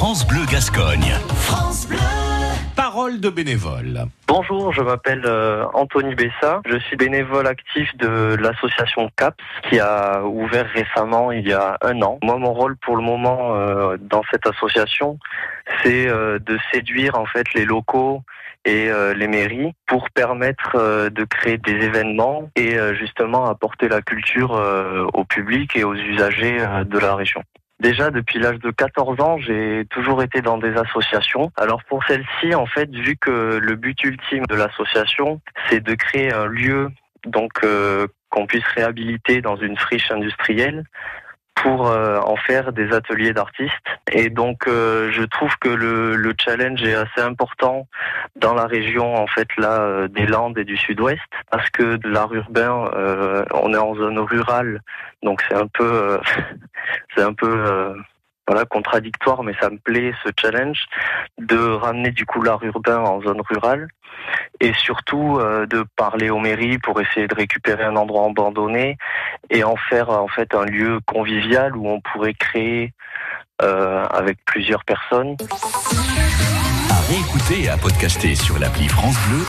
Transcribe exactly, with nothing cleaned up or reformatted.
France Bleu Gascogne. France Bleu. Parole de bénévole. Bonjour, je m'appelle euh, Anthony Bessa. Je suis bénévole actif de l'association C A P S qui a ouvert récemment il y a un an. Moi, mon rôle pour le moment euh, dans cette association, c'est euh, de séduire en fait les locaux et euh, les mairies pour permettre euh, de créer des événements et euh, justement apporter la culture euh, au public et aux usagers euh, de la région. Déjà, depuis l'âge de quatorze ans, j'ai toujours été dans des associations. Alors pour celle-ci, en fait, vu que le but ultime de l'association, c'est de créer un lieu donc euh, qu'on puisse réhabiliter dans une friche industrielle pour euh, en faire des ateliers d'artistes. Et donc, euh, je trouve que le, le challenge est assez important dans la région, en fait, là, euh, des Landes et du Sud-Ouest, parce que l'art urbain, euh, on est en zone rurale, donc c'est un peu, euh, c'est un peu, euh, voilà, contradictoire, mais ça me plaît, ce challenge, de ramener du coup l'art urbain en zone rurale. Et surtout euh, de parler aux mairies pour essayer de récupérer un endroit abandonné et en faire en fait un lieu convivial où on pourrait créer euh, avec plusieurs personnes. À réécouter et à podcaster sur l'appli France Bleu.